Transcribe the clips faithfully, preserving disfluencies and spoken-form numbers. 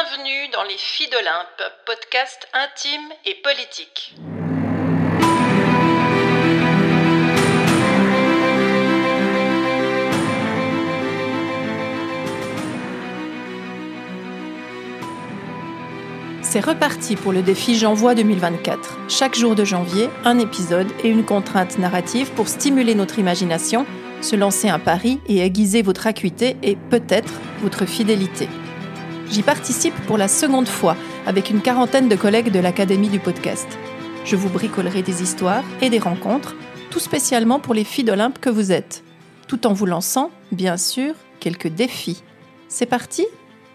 Bienvenue dans Les Filles d'Olympe, podcast intime et politique. C'est reparti pour le défi J'envoie deux mille vingt-quatre. Chaque jour de janvier, un épisode et une contrainte narrative pour stimuler notre imagination, se lancer un pari et aiguiser votre acuité et peut-être votre fidélité. J'y participe pour la seconde fois avec une quarantaine de collègues de l'Académie du podcast. Je vous bricolerai des histoires et des rencontres, tout spécialement pour les filles d'Olympe que vous êtes, tout en vous lançant, bien sûr, quelques défis. C'est parti ?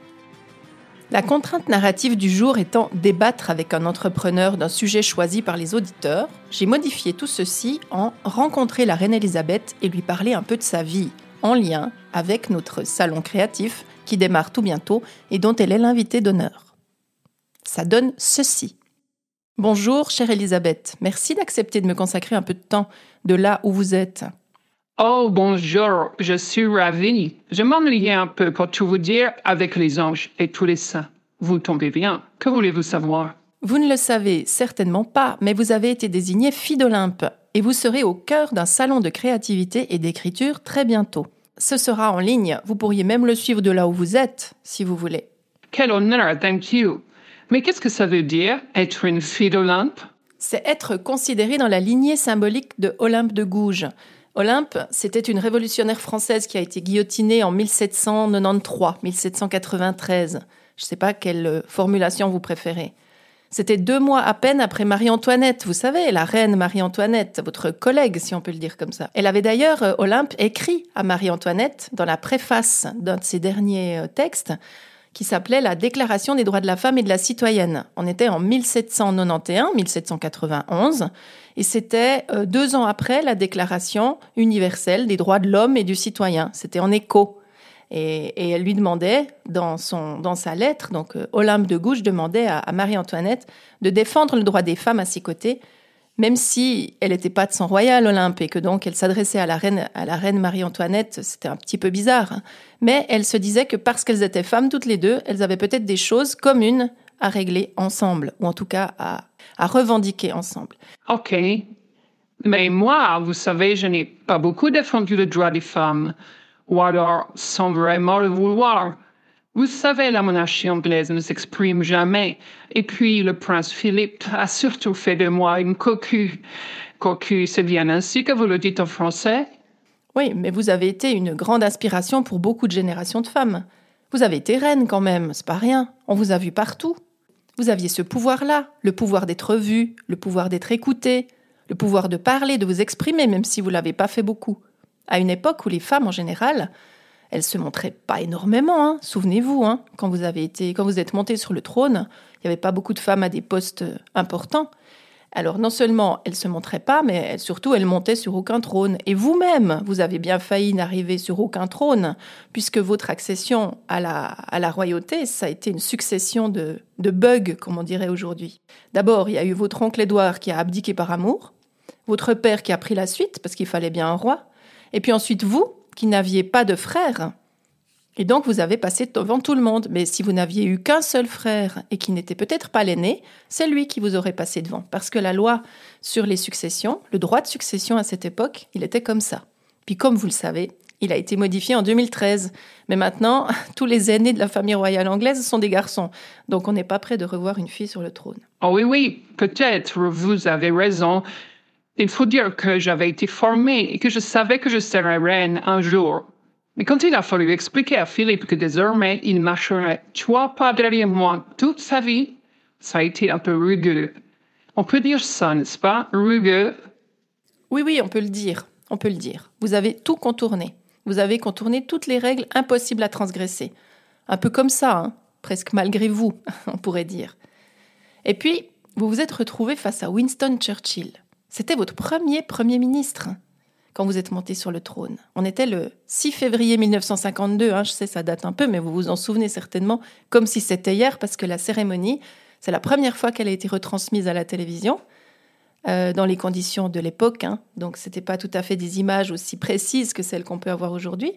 La contrainte narrative du jour étant débattre avec un entrepreneur d'un sujet choisi par les auditeurs, j'ai modifié tout ceci en rencontrer la reine Elisabeth et lui parler un peu de sa vie, en lien avec notre salon créatif qui démarre tout bientôt et dont elle est l'invitée d'honneur. Ça donne ceci. Bonjour, chère Elisabeth. Merci d'accepter de me consacrer un peu de temps de là où vous êtes. Oh, bonjour, je suis ravie. Je m'ennuyais un peu pour tout vous dire avec les anges et tous les saints. Vous tombez bien. Que voulez-vous savoir? Vous ne le savez certainement pas, mais vous avez été désignée fille d'Olympe et vous serez au cœur d'un salon de créativité et d'écriture très bientôt. Ce sera en ligne, vous pourriez même le suivre de là où vous êtes, si vous voulez. Quel honneur, thank you. Mais qu'est-ce que ça veut dire, être une fille d'Olympe? C'est être considéré dans la lignée symbolique de Olympe de Gouges. Olympe, c'était une révolutionnaire française qui a été guillotinée en dix-sept cent quatre-vingt-treize, dix-sept cent quatre-vingt-treize. Je ne sais pas quelle formulation vous préférez. C'était deux mois à peine après Marie-Antoinette, vous savez, la reine Marie-Antoinette, votre collègue, si on peut le dire comme ça. Elle avait d'ailleurs, Olympe, écrit à Marie-Antoinette, dans la préface d'un de ses derniers textes, qui s'appelait « La Déclaration des droits de la femme et de la citoyenne ». On était en dix-sept cent quatre-vingt-onze, dix-sept cent quatre-vingt-onze, et c'était euh, deux ans après la Déclaration universelle des droits de l'homme et du citoyen. C'était en écho. Et, et elle lui demandait, dans, son, dans sa lettre, donc euh, Olympe de Gouges demandait à, à Marie-Antoinette de défendre le droit des femmes à ses côtés, même si elle n'était pas de sang royal, Olympe, et que donc elle s'adressait à la reine, à la reine Marie-Antoinette, c'était un petit peu bizarre. Hein. Mais elle se disait que parce qu'elles étaient femmes toutes les deux, elles avaient peut-être des choses communes à régler ensemble, ou en tout cas à, à revendiquer ensemble. OK. Mais moi, vous savez, je n'ai pas beaucoup défendu le droit des femmes, ou alors sans vraiment le vouloir. Vous savez, la monarchie anglaise ne s'exprime jamais. Et puis, le prince Philippe a surtout fait de moi une cocu. Cocu, c'est bien ainsi que vous le dites en français? Oui, mais vous avez été une grande inspiration pour beaucoup de générations de femmes. Vous avez été reine quand même, c'est pas rien. On vous a vu partout. Vous aviez ce pouvoir-là, le pouvoir d'être vue, le pouvoir d'être écoutée, le pouvoir de parler, de vous exprimer, même si vous l'avez pas fait beaucoup. À une époque où les femmes, en général, elles se montraient pas énormément, hein. Souvenez-vous, hein, quand vous avez été, quand vous êtes monté sur le trône, il n'y avait pas beaucoup de femmes à des postes importants. Alors non seulement elles se montraient pas, mais elles, surtout elles montaient sur aucun trône. Et vous-même, vous avez bien failli n'arriver sur aucun trône, puisque votre accession à la, à la royauté, ça a été une succession de, de bugs, comme on dirait aujourd'hui. D'abord, il y a eu votre oncle Édouard qui a abdiqué par amour, votre père qui a pris la suite, parce qu'il fallait bien un roi, et puis ensuite vous, qui n'aviez pas de frère. Et donc, vous avez passé devant tout le monde. Mais si vous n'aviez eu qu'un seul frère et qui n'était peut-être pas l'aîné, c'est lui qui vous aurait passé devant. Parce que la loi sur les successions, le droit de succession à cette époque, il était comme ça. Puis comme vous le savez, il a été modifié en deux mille treize. Mais maintenant, tous les aînés de la famille royale anglaise sont des garçons. Donc, on n'est pas prêt de revoir une fille sur le trône. Oh oui, oui, peut-être, vous avez raison. Il faut dire que j'avais été formée et que je savais que je serais reine un jour. Mais quand il a fallu expliquer à Philippe que désormais il marcherait trois pas derrière moi toute sa vie, ça a été un peu rugueux. On peut dire ça, n'est-ce pas? Rugueux. Oui, oui, on peut le dire. On peut le dire. Vous avez tout contourné. Vous avez contourné toutes les règles impossibles à transgresser. Un peu comme ça, hein, presque malgré vous, on pourrait dire. Et puis, vous vous êtes retrouvé face à Winston Churchill. C'était votre premier Premier ministre quand vous êtes monté sur le trône. On était le six février mille neuf cent cinquante-deux, hein, je sais ça date un peu, mais vous vous en souvenez certainement, comme si c'était hier, parce que la cérémonie, c'est la première fois qu'elle a été retransmise à la télévision, euh, dans les conditions de l'époque, hein, donc c'était pas tout à fait des images aussi précises que celles qu'on peut avoir aujourd'hui.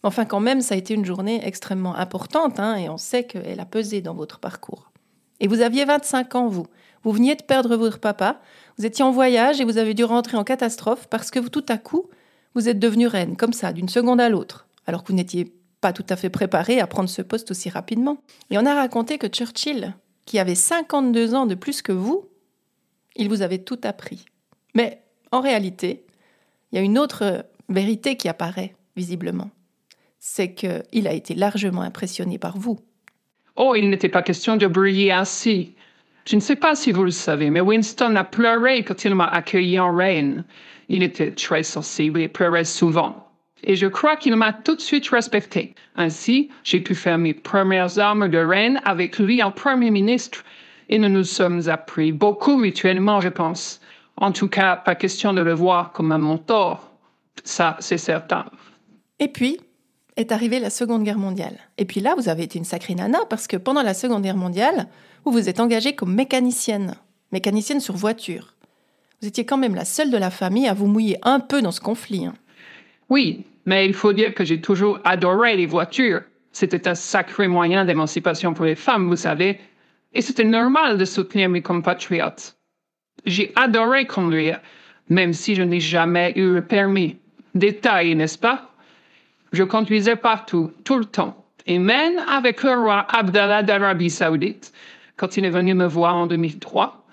Enfin, quand même, ça a été une journée extrêmement importante, hein, et on sait qu'elle a pesé dans votre parcours. Et vous aviez vingt-cinq ans, vous. Vous veniez de perdre votre papa, vous étiez en voyage et vous avez dû rentrer en catastrophe parce que vous, tout à coup, vous êtes devenue reine, comme ça, d'une seconde à l'autre, alors que vous n'étiez pas tout à fait préparée à prendre ce poste aussi rapidement. Et on a raconté que Churchill, qui avait cinquante-deux ans de plus que vous, il vous avait tout appris. Mais en réalité, il y a une autre vérité qui apparaît, visiblement. C'est qu'il a été largement impressionné par vous. Oh, il n'était pas question de briller ainsi. Je ne sais pas si vous le savez, mais Winston a pleuré quand il m'a accueilli en reine. Il était très sensible et pleurait souvent. Et je crois qu'il m'a tout de suite respecté. Ainsi, j'ai pu faire mes premières armes de reine avec lui en Premier ministre. Et nous nous sommes appris beaucoup mutuellement, je pense. En tout cas, pas question de le voir comme un mentor. Ça, c'est certain. Et puis, est arrivée la Seconde Guerre mondiale. Et puis là, vous avez été une sacrée nana parce que pendant la Seconde Guerre mondiale, vous vous êtes engagée comme mécanicienne, mécanicienne sur voiture. Vous étiez quand même la seule de la famille à vous mouiller un peu dans ce conflit. Hein. Oui, mais il faut dire que j'ai toujours adoré les voitures. C'était un sacré moyen d'émancipation pour les femmes, vous savez. Et c'était normal de soutenir mes compatriotes. J'ai adoré conduire, même si je n'ai jamais eu le permis. Détail, n'est-ce pas? Je conduisais partout, tout le temps. Et même avec le roi Abdallah d'Arabie Saoudite, quand il est venu me voir en deux mille trois,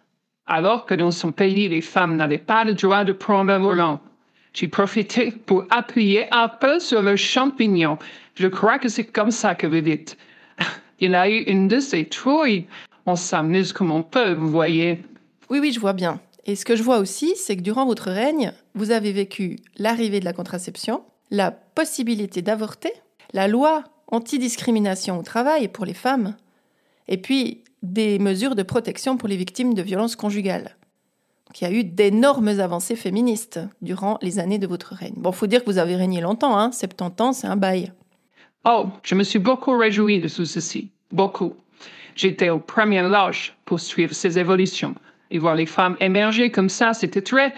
alors que dans son pays, les femmes n'avaient pas le droit de prendre le volant. J'ai profité pour appuyer un peu sur le champignon. Je crois que c'est comme ça que vous dites. Il a eu une de ces trouilles. On s'amuse comme on peut, vous voyez. Oui, oui, je vois bien. Et ce que je vois aussi, c'est que durant votre règne, vous avez vécu l'arrivée de la contraception, la possibilité d'avorter, la loi anti-discrimination au travail pour les femmes, et puis des mesures de protection pour les victimes de violences conjugales. Donc, il y a eu d'énormes avancées féministes durant les années de votre règne. Bon, il faut dire que vous avez régné longtemps, hein, soixante-dix ans, c'est un bail. Oh, je me suis beaucoup réjouie de tout ceci. Beaucoup. J'étais aux premières loges pour suivre ces évolutions. Et voir les femmes émerger comme ça, c'était très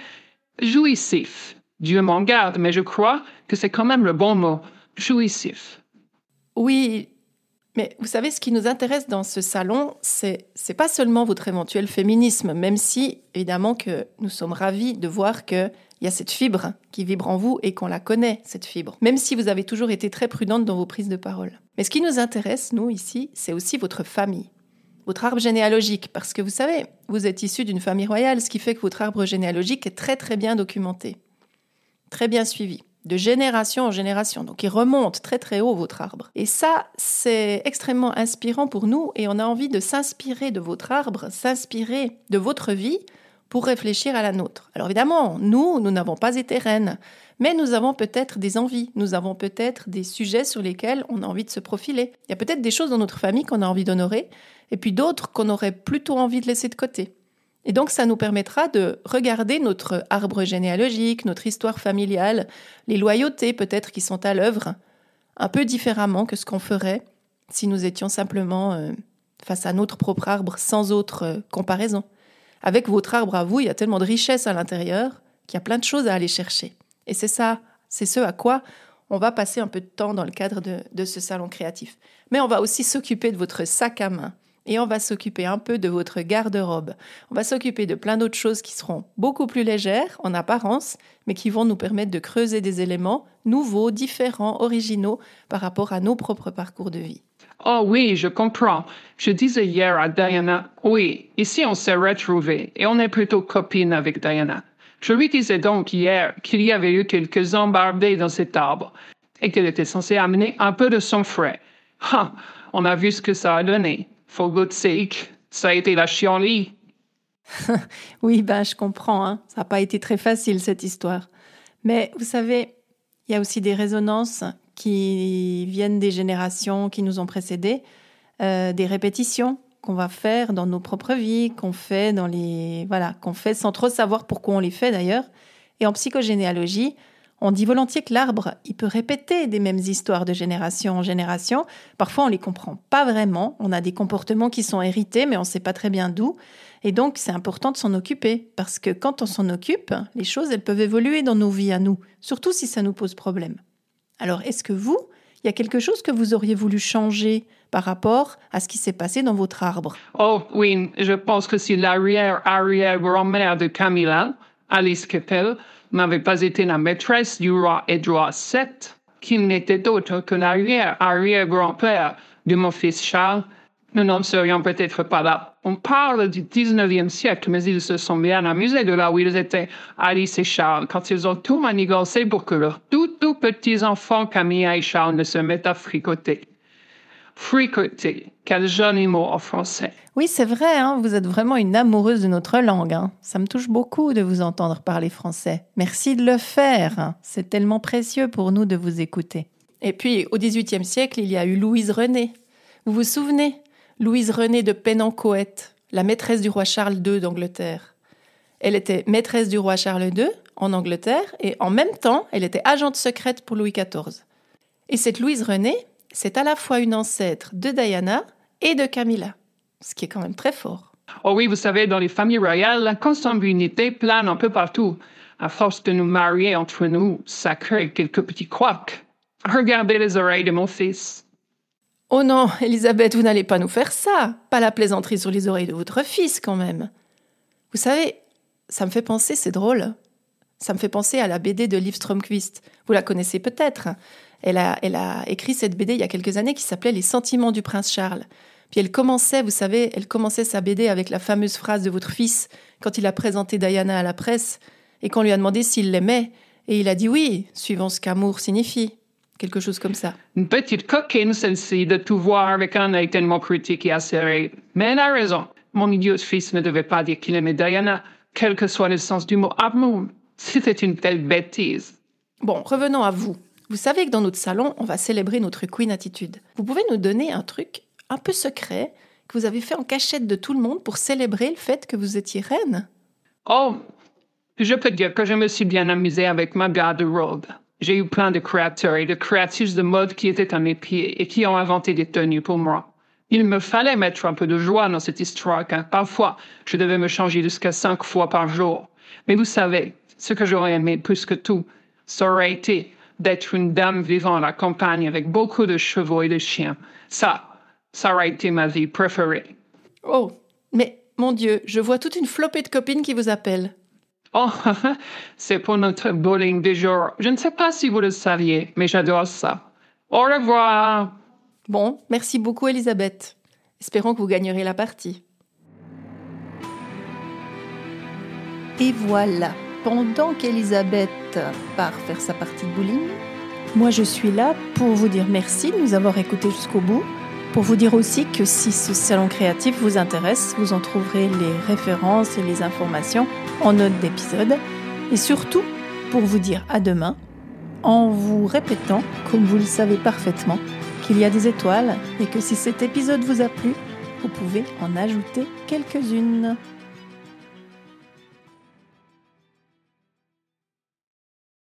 jouissif. Dieu m'en garde, mais je crois que c'est quand même le bon mot. Jouissif. Oui, mais vous savez, ce qui nous intéresse dans ce salon, c'est, c'est pas seulement votre éventuel féminisme, même si, évidemment, que nous sommes ravis de voir qu'il y a cette fibre qui vibre en vous et qu'on la connaît, cette fibre. Même si vous avez toujours été très prudente dans vos prises de parole. Mais ce qui nous intéresse, nous, ici, c'est aussi votre famille. Votre arbre généalogique, parce que vous savez, vous êtes issu d'une famille royale, ce qui fait que votre arbre généalogique est très très bien documenté, très bien suivi, de génération en génération. Donc il remonte très très haut, votre arbre. Et ça, c'est extrêmement inspirant pour nous et on a envie de s'inspirer de votre arbre, s'inspirer de votre vie pour réfléchir à la nôtre. Alors évidemment, nous, nous n'avons pas été reines, mais nous avons peut-être des envies, nous avons peut-être des sujets sur lesquels on a envie de se profiler. Il y a peut-être des choses dans notre famille qu'on a envie d'honorer, et puis d'autres qu'on aurait plutôt envie de laisser de côté. Et donc, ça nous permettra de regarder notre arbre généalogique, notre histoire familiale, les loyautés peut-être qui sont à l'œuvre, un peu différemment que ce qu'on ferait si nous étions simplement euh, face à notre propre arbre sans autre euh, comparaison. Avec votre arbre à vous, il y a tellement de richesse à l'intérieur qu'il y a plein de choses à aller chercher. Et c'est ça, c'est ce à quoi on va passer un peu de temps dans le cadre de, de ce salon créatif. Mais on va aussi s'occuper de votre sac à main. Et on va s'occuper un peu de votre garde-robe. On va s'occuper de plein d'autres choses qui seront beaucoup plus légères en apparence, mais qui vont nous permettre de creuser des éléments nouveaux, différents, originaux par rapport à nos propres parcours de vie. Oh oui, je comprends. Je disais hier à Diana, oui, ici on s'est retrouvés et on est plutôt copines avec Diana. Je lui disais donc hier qu'il y avait eu quelques embardés dans cet arbre et qu'elle était censée amener un peu de son frais. Ah, on a vu ce que ça a donné. For God's sake, ça a été la chienlit. Oui, ben je comprends, hein. Ça n'a pas été très facile cette histoire. Mais vous savez, il y a aussi des résonances qui viennent des générations qui nous ont précédés, euh, des répétitions qu'on va faire dans nos propres vies, qu'on fait dans les, voilà, qu'on fait sans trop savoir pourquoi on les fait d'ailleurs. Et en psychogénéalogie, on dit volontiers que l'arbre, il peut répéter des mêmes histoires de génération en génération. Parfois, on ne les comprend pas vraiment. On a des comportements qui sont hérités, mais on ne sait pas très bien d'où. Et donc, c'est important de s'en occuper. Parce que quand on s'en occupe, les choses, elles peuvent évoluer dans nos vies à nous. Surtout si ça nous pose problème. Alors, est-ce que vous, il y a quelque chose que vous auriez voulu changer par rapport à ce qui s'est passé dans votre arbre? Oh oui, je pense que si l'arrière-arrière-grand-mère de Camilla, Alice Keppel, n'avait pas été la maîtresse du roi Édouard sept, qu'il n'était autre que l'arrière-arrière-grand-père de mon fils Charles, nous n'en serions peut-être pas là. On parle du dix-neuvième siècle, mais ils se sont bien amusés de là où ils étaient, Alice et Charles, quand ils ont tout manigancé pour que leurs tout, tout petits enfants, Camilla et Charles, ne se mettent à fricoter. Fricoter, quel joli mot en français. Oui, c'est vrai, hein, vous êtes vraiment une amoureuse de notre langue. Hein. Ça me touche beaucoup de vous entendre parler français. Merci de le faire. Hein. C'est tellement précieux pour nous de vous écouter. Et puis, au dix-huitième siècle, il y a eu Louise Renée. Vous vous souvenez ? Louise Renée de Penencoët, la maîtresse du roi Charles deux d'Angleterre. Elle était maîtresse du roi Charles deux en Angleterre et en même temps, elle était agente secrète pour Louis quatorze. Et cette Louise Renée, c'est à la fois une ancêtre de Diana et de Camilla, ce qui est quand même très fort. Oh oui, vous savez, dans les familles royales, la consanguinité plane un peu partout. À force de nous marier entre nous, ça crée quelques petits couacs. Regardez les oreilles de mon fils. Oh non, Elisabeth, vous n'allez pas nous faire ça. Pas la plaisanterie sur les oreilles de votre fils, quand même. Vous savez, ça me fait penser, c'est drôle, ça me fait penser à la B D de Liv Strömquist. Vous la connaissez peut-être. Elle a, elle a écrit cette B D il y a quelques années qui s'appelait « Les sentiments du prince Charles ». Puis elle commençait, vous savez, elle commençait sa B D avec la fameuse phrase de votre fils quand il a présenté Diana à la presse et qu'on lui a demandé s'il l'aimait. Et il a dit oui, suivant ce qu'amour signifie. Quelque chose comme ça. Une petite coquine, celle-ci, de tout voir avec un œil tellement critique et acéré. Mais elle a raison. Mon idiot fils ne devait pas dire qu'il aimait Diana, quel que soit le sens du mot amour. C'était une telle bêtise. Bon, revenons à vous. Vous savez que dans notre salon, on va célébrer notre Queen Attitude. Vous pouvez nous donner un truc un peu secret que vous avez fait en cachette de tout le monde pour célébrer le fait que vous étiez reine? Oh, je peux dire que je me suis bien amusée avec ma garde-robe. J'ai eu plein de créateurs et de créatrices de mode qui étaient à mes pieds et qui ont inventé des tenues pour moi. Il me fallait mettre un peu de joie dans cette histoire, car parfois, je devais me changer jusqu'à cinq fois par jour. Mais vous savez, ce que j'aurais aimé plus que tout, ça aurait été d'être une dame vivant à la campagne avec beaucoup de chevaux et de chiens. Ça, ça aurait été ma vie préférée. Oh, mais mon Dieu, je vois toute une flopée de copines qui vous appellent. Oh, c'est pour notre bowling du jour. Je ne sais pas si vous le saviez, mais j'adore ça. Au revoir. Bon, merci beaucoup Elisabeth. Espérons que vous gagnerez la partie. Et voilà, pendant qu'Elisabeth part faire sa partie de bowling, moi je suis là pour vous dire merci de nous avoir écoutés jusqu'au bout, pour vous dire aussi que si ce salon créatif vous intéresse, vous en trouverez les références et les informations en note d'épisode, et surtout pour vous dire à demain, en vous répétant, comme vous le savez parfaitement, qu'il y a des étoiles et que si cet épisode vous a plu, vous pouvez en ajouter quelques-unes.